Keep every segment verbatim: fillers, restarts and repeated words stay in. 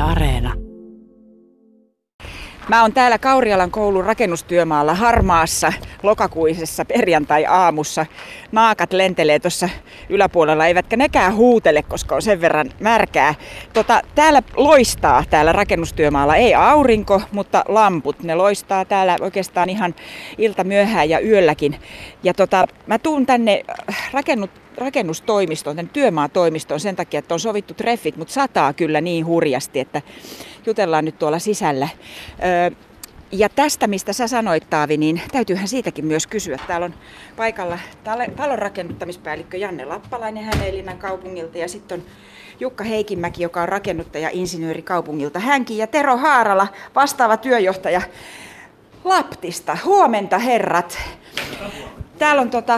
Areena. Mä oon täällä Kaurialan koulun rakennustyömaalla harmaassa lokakuisessa perjantai-aamussa. Naakat lentelee tuossa yläpuolella, eivätkä nekään huutele, koska on sen verran märkää. Tota, täällä loistaa täällä rakennustyömaalla, ei aurinko, mutta lamput. Ne loistaa täällä oikeastaan ihan ilta myöhään ja yölläkin. Ja tota, mä tuun tänne rakennut rakennustoimistoon, tänne työmaatoimistoon sen takia, että on sovittu treffit, mutta sataa kyllä niin hurjasti, että jutellaan nyt tuolla sisällä. Öö, ja tästä, mistä sä sanoit, Taavi, niin täytyyhän siitäkin myös kysyä. Täällä on paikalla talon rakennuttamispäällikkö Janne Lappalainen Hämeenlinnan kaupungilta ja sitten on Jukka Heikinmäki, joka on rakennuttaja-insinööri kaupungilta hänkin, ja Tero Haarala, vastaava työjohtaja Laptista. Huomenta, herrat. Täällä on tota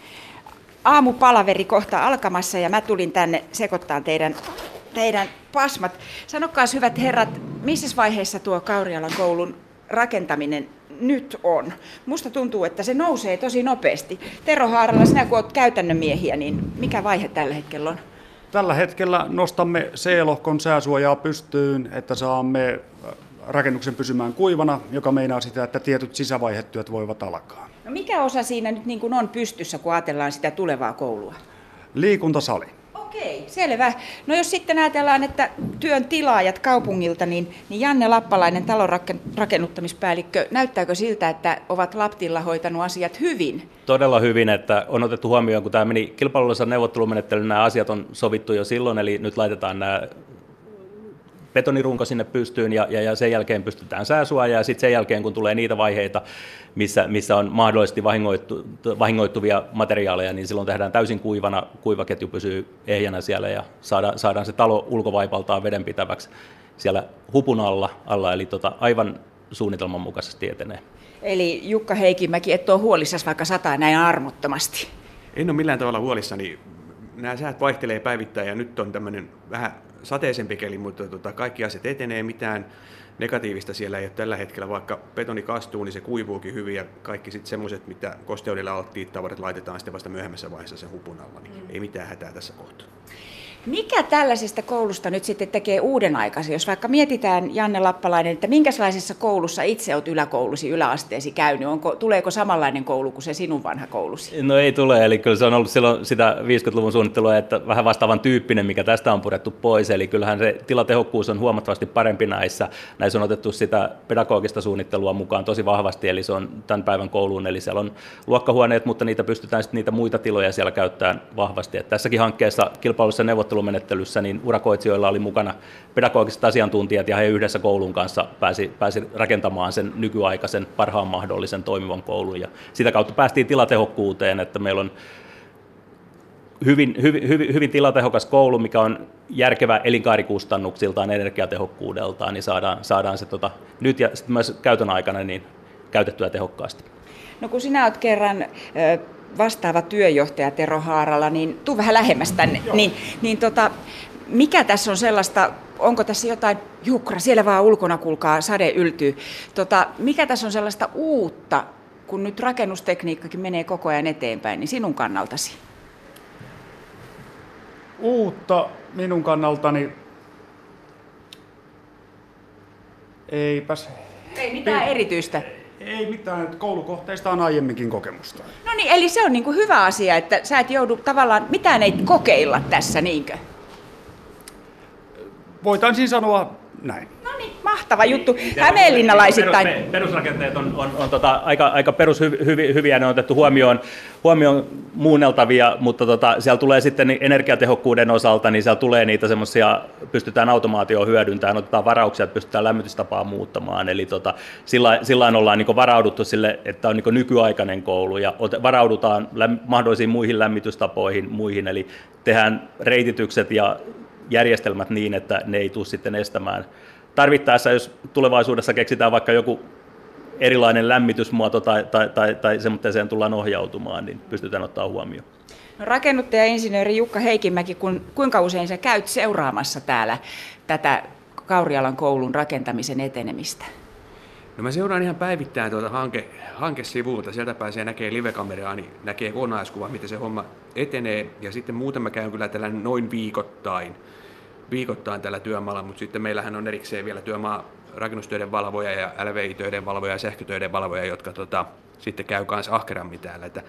aamupalaveri kohta alkamassa ja mä tulin tänne sekoittaa teidän, teidän pasmat. Sanokaas, hyvät herrat, missä vaiheessa tuo Kaurialan koulun rakentaminen nyt on? Musta tuntuu, että se nousee tosi nopeasti. Tero Haarala, sinä kun olet käytännön miehiä, niin mikä vaihe tällä hetkellä on? Tällä hetkellä nostamme C-lohkon sääsuojaa pystyyn, että saamme rakennuksen pysymään kuivana, joka meinaa sitä, että tietyt sisävaihetyöt voivat alkaa. No mikä osa siinä nyt niin kuin on pystyssä, kun ajatellaan sitä tulevaa koulua? Liikuntasali. Okei, selvä. No jos sitten ajatellaan, että työn tilaajat kaupungilta, niin, niin Janne Lappalainen, talon rakennuttamispäällikkö, näyttääkö siltä, että ovat Laptilla hoitanut asiat hyvin? Todella hyvin, että on otettu huomioon, kun tämä meni kilpailullisessa neuvottelumenettelyyn, nämä asiat on sovittu jo silloin, eli nyt laitetaan nämä betonirunko sinne pystyyn ja, ja, ja sen jälkeen pystytään sääsuojaa ja sitten sen jälkeen, kun tulee niitä vaiheita, missä, missä on mahdollisesti vahingoittu, vahingoittuvia materiaaleja, niin silloin tehdään täysin kuivana, kuivaketju pysyy ehjänä siellä ja saadaan, saadaan se talo ulkovaipaltaan vedenpitäväksi siellä hupun alla, alla eli tota, aivan suunnitelman mukaisesti etenee. Eli Jukka Heikinmäki, et ole huolissasi, vaikka sataa näin armottomasti? En ole millään tavalla huolissani. Nämä säät vaihtelee päivittäin ja nyt on tämmöinen vähän sateisempi keli, mutta tota, kaikki asiat etenee, mitään negatiivista siellä ei ole tällä hetkellä. Vaikka betoni kastuu, niin se kuivuukin hyvin ja kaikki sitten semmoiset, mitä kosteudella alttiit tavarat laitetaan sitten vasta myöhemmässä vaiheessa sen hupun alla, niin mm. ei mitään hätää tässä kohtaa. Mikä tällaisesta koulusta nyt sitten tekee uuden aikaisen? Jos vaikka mietitään, Janne Lappalainen, että minkälaisessa koulussa itse olet yläkoulusi, yläasteesi käynyt? Onko, tuleeko samanlainen koulu kuin se sinun vanha koulusi? No ei tule, eli kyllä se on ollut silloin sitä viisikymmentäluvun suunnittelua, että vähän vastaavan tyyppinen, mikä tästä on purettu pois. Eli kyllähän se tilatehokkuus on huomattavasti parempi näissä. Näissä on otettu sitä pedagogista suunnittelua mukaan tosi vahvasti, eli se on tämän päivän kouluun. Eli siellä on luokkahuoneet, mutta niitä pystytään sitten niitä muita tiloja siellä käyttämään vahvasti. Että tässäkin hankkeessa kilpailussa neuvottelumenettelyssä, niin urakoitsijoilla oli mukana pedagogiset asiantuntijat ja he yhdessä koulun kanssa pääsi, pääsi rakentamaan sen nykyaikaisen parhaan mahdollisen toimivan koulun ja sitä kautta päästiin tilatehokkuuteen, että meillä on hyvin, hyvin, hyvin, hyvin tilatehokas koulu, mikä on järkevä elinkaarikustannuksiltaan, energiatehokkuudeltaan, niin saadaan, saadaan se tota, nyt ja sitten myös käytön aikana niin käytettyä tehokkaasti. No kun sinä olet kerran vastaava työjohtaja Tero Haarala, niin tuu vähän lähemmäs tänne. Niin, niin tota, mikä tässä on sellaista, onko tässä jotain, Jukra, siellä vaan ulkona kuulkaa, sade yltyy. Tota, mikä tässä on sellaista uutta, kun nyt rakennustekniikkakin menee koko ajan eteenpäin, niin sinun kannaltasi? Uutta minun kannaltani eipäs. Ei mitään ei. erityistä. Ei mitään, että koulukohteista on aiemminkin kokemusta. No niin, eli se on niin kuin hyvä asia, että sä et joudu tavallaan, mitään ei kokeilla tässä, niinkö? Voitaisiin sanoa näin. No niin, mahtava juttu. Hämeenlinnalaisittain. Perus, perusrakenteet on, on, on tota, aika, aika perushyviä, ne on otettu huomioon, huomioon muunneltavia, mutta tota, siellä tulee sitten niin energiatehokkuuden osalta, niin siellä tulee niitä semmoisia, pystytään automaatioon hyödyntämään, otetaan varauksia, että pystytään lämmitystapaa muuttamaan, eli tota, sillä, sillain ollaan niin varauduttu sille, että on niin nykyaikainen koulu, ja varaudutaan lämm, mahdollisiin muihin lämmitystapoihin, muihin, eli tehdään reititykset ja järjestelmät niin, että ne ei tule sitten estämään. Tarvittaessa, jos tulevaisuudessa keksitään vaikka joku erilainen lämmitysmuoto tai, tai, tai, tai semmoiseen tullaan ohjautumaan, niin pystytään ottaa huomioon. No, rakennuttaja-insinööri Jukka Heikinmäki, kun, kuinka usein sä käyt seuraamassa täällä tätä Kaurialan koulun rakentamisen etenemistä? No mä seuraan ihan päivittäin tuota hanke, hankesivuilta, sieltä pääsee näkee livekameraa, niin näkee kokonaiskuva, miten se homma etenee, ja sitten muuten mä käyn kyllä tällä noin viikoittain. viikoittain tällä työmaalla, mutta sitten meillähän on erikseen vielä työmaa rakennustöiden valvoja ja L V I-töiden valvoja ja sähkötöiden valvoja, jotka tota, sitten käy myös ahkerammin täällä. Että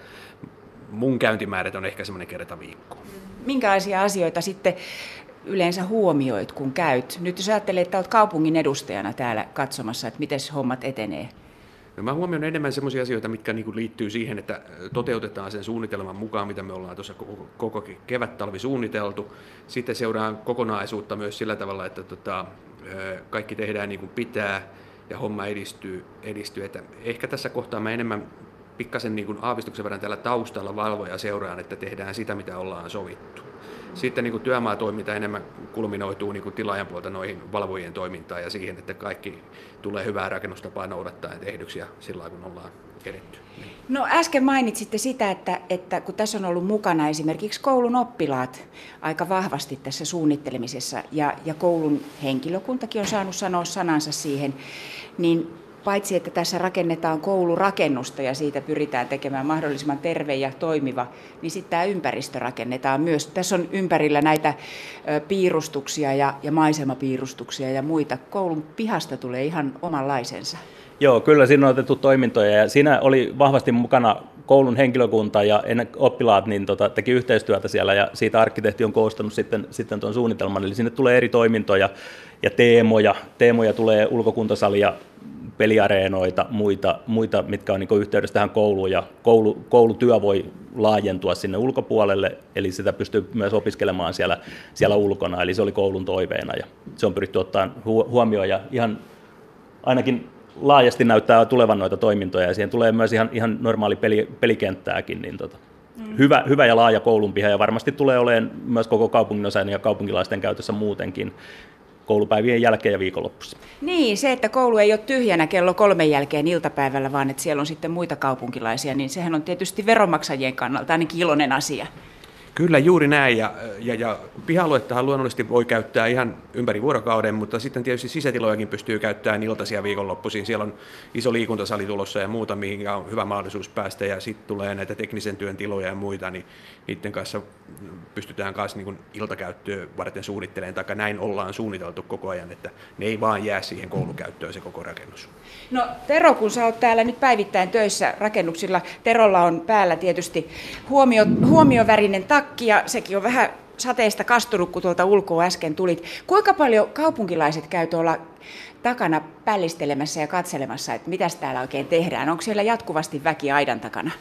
mun käyntimäärät on ehkä semmoinen kerta viikkoon. Minkälaisia asioita sitten yleensä huomioit, kun käyt? Nyt jos ajattelee, että olet kaupungin edustajana täällä katsomassa, että miten hommat etenee. No mä huomioin enemmän sellaisia asioita, mitkä niinku liittyy siihen, että toteutetaan sen suunnitelman mukaan, mitä me ollaan tuossa koko, koko kevät-talvi suunniteltu. Sitten seuraan kokonaisuutta myös sillä tavalla, että tota, kaikki tehdään niin kuin pitää ja homma edistyy. edistyy. Että ehkä tässä kohtaa mä enemmän pikkasen niin kuin aavistuksen verran täällä taustalla valvoja seuraan, että tehdään sitä, mitä ollaan sovittu. Sitten niin kuin työmaatoiminta enemmän kulminoituu niin kuin tilaajan puolta noihin valvojien toimintaan ja siihen, että kaikki tulee hyvää rakennustapaa noudattaa ja tehdyksi ja sillä kun ollaan edetty. No äsken mainitsitte sitä, että, että kun tässä on ollut mukana esimerkiksi koulun oppilaat aika vahvasti tässä suunnittelemisessa ja, ja koulun henkilökuntakin on saanut sanoa sanansa siihen, niin paitsi että tässä rakennetaan koulurakennusta ja siitä pyritään tekemään mahdollisimman terve ja toimiva, niin sitten tämä ympäristö rakennetaan myös. Tässä on ympärillä näitä piirustuksia ja, ja maisemapiirustuksia ja muita. Koulun pihasta tulee ihan omanlaisensa. Joo, kyllä siinä on otettu toimintoja ja siinä oli vahvasti mukana koulun henkilökunta ja oppilaat niin tota, teki yhteistyötä siellä ja siitä arkkitehti on koostanut sitten, sitten tuon suunnitelman. Eli sinne tulee eri toimintoja ja teemoja. Teemoja tulee ulkokuntosalia, peliareenoita, muita, muita mitkä on niin kuin yhteydessä tähän kouluun ja koulu, koulutyö voi laajentua sinne ulkopuolelle, eli sitä pystyy myös opiskelemaan siellä, siellä ulkona, eli se oli koulun toiveena ja se on pyritty ottamaan huomioon ja ihan ainakin laajasti näyttää tulevan noita toimintoja ja siihen tulee myös ihan, ihan normaali peli, pelikenttääkin, niin tota, mm. hyvä, hyvä ja laaja koulunpiha ja varmasti tulee olemaan myös koko kaupunginosan ja kaupunkilaisten käytössä muutenkin koulupäivien jälkeen ja viikonloppussa. Niin, se, että koulu ei ole tyhjänä kello kolmen jälkeen iltapäivällä, vaan että siellä on sitten muita kaupunkilaisia, niin sehän on tietysti veronmaksajien kannalta ainakin iloinen asia. Kyllä, juuri näin. Ja, ja, ja pihaluettahan luonnollisesti voi käyttää ihan ympäri vuorokauden, mutta sitten tietysti sisätilojakin pystyy käyttämään iltaisia viikonloppuisin. Siellä on iso liikuntasali tulossa ja muuta, mihin on hyvä mahdollisuus päästä. Ja sitten tulee näitä teknisen työn tiloja ja muita, niin niiden kanssa pystytään myös niin iltakäyttöä varten suunnittelemaan, tai näin ollaan suunniteltu koko ajan, että ne ei vaan jää siihen koulukäyttöön se koko rakennus. No Tero, kun sä oot täällä nyt päivittäin töissä rakennuksilla, Terolla on päällä tietysti huomio, huomiovärinen takki ja sekin on vähän sateista kastunut, kun tuolta ulkoa äsken tulit. Kuinka paljon kaupunkilaiset käy tuolla takana pällistelemässä ja katselemassa, että mitäs täällä oikein tehdään? Onko siellä jatkuvasti väki aidan takana?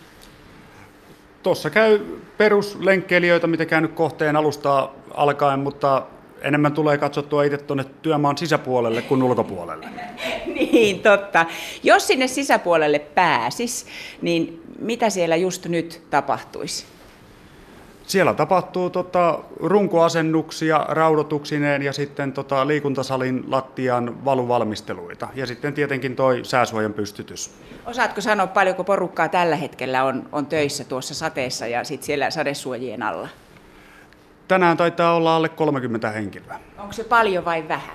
Tuossa käy peruslenkkeilijöitä, mitä käynyt kohteen alusta alkaen, mutta enemmän tulee katsottua itse tuonne työmaan sisäpuolelle kuin ulkopuolelle. Niin, totta. Jos sinne sisäpuolelle pääsis, niin mitä siellä just nyt tapahtuisi? Siellä tapahtuu tota, runkoasennuksia raudotuksineen ja sitten tota, liikuntasalin lattian valuvalmisteluita ja sitten tietenkin toi sääsuojan pystytys. Osaatko sanoa, paljonko porukkaa tällä hetkellä on, on töissä tuossa sateessa ja sitten siellä sadesuojien alla? Tänään taitaa olla alle kolmekymmentä henkilöä. Onko se paljon vai vähän?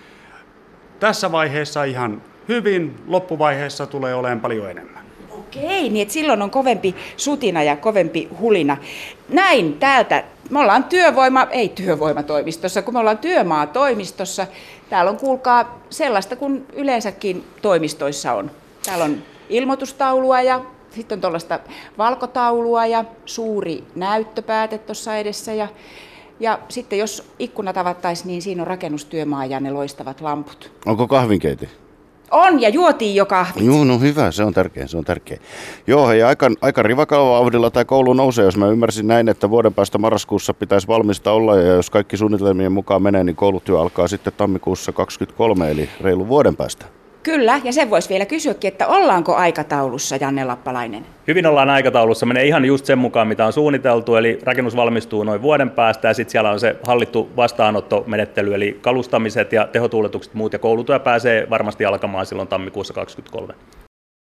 Tässä vaiheessa ihan hyvin, loppuvaiheessa tulee olemaan paljon enemmän. Okei, niin että silloin on kovempi sutina ja kovempi hulina. Näin täältä, me ollaan työvoima, ei työvoimatoimistossa, kun me ollaan työmaatoimistossa. Täällä on, kuulkaa, sellaista kuin yleensäkin toimistoissa on. Täällä on ilmoitustaulua ja sitten on tuollaista valkotaulua ja suuri näyttöpääte tuossa edessä. Ja, ja sitten jos ikkunat avattaisiin, niin siinä on rakennustyömaa ja ne loistavat lamput. Onko kahvinkeiti? On, ja juotiin jo kahvit. Joo, no hyvä, se on tärkeä, se on tärkeä. Joo, hei, aika, aika rivakalla vauhdilla tämä koulu nousee, jos mä ymmärsin näin, että vuoden päästä marraskuussa pitäisi valmista olla, ja jos kaikki suunnitelmien mukaan menee, niin koulutyö alkaa sitten tammikuussa kaksikymmentäkolme, eli reilu vuoden päästä. Kyllä, ja sen voisi vielä kysyäkin, että ollaanko aikataulussa, Janne Lappalainen? Hyvin ollaan aikataulussa, menee ihan just sen mukaan, mitä on suunniteltu, eli rakennus valmistuu noin vuoden päästä, ja sitten siellä on se hallittu vastaanottomenettely, eli kalustamiset ja tehotuuletukset muut, ja koulutyö pääsee varmasti alkamaan silloin tammikuussa kaksikymmentäkolme.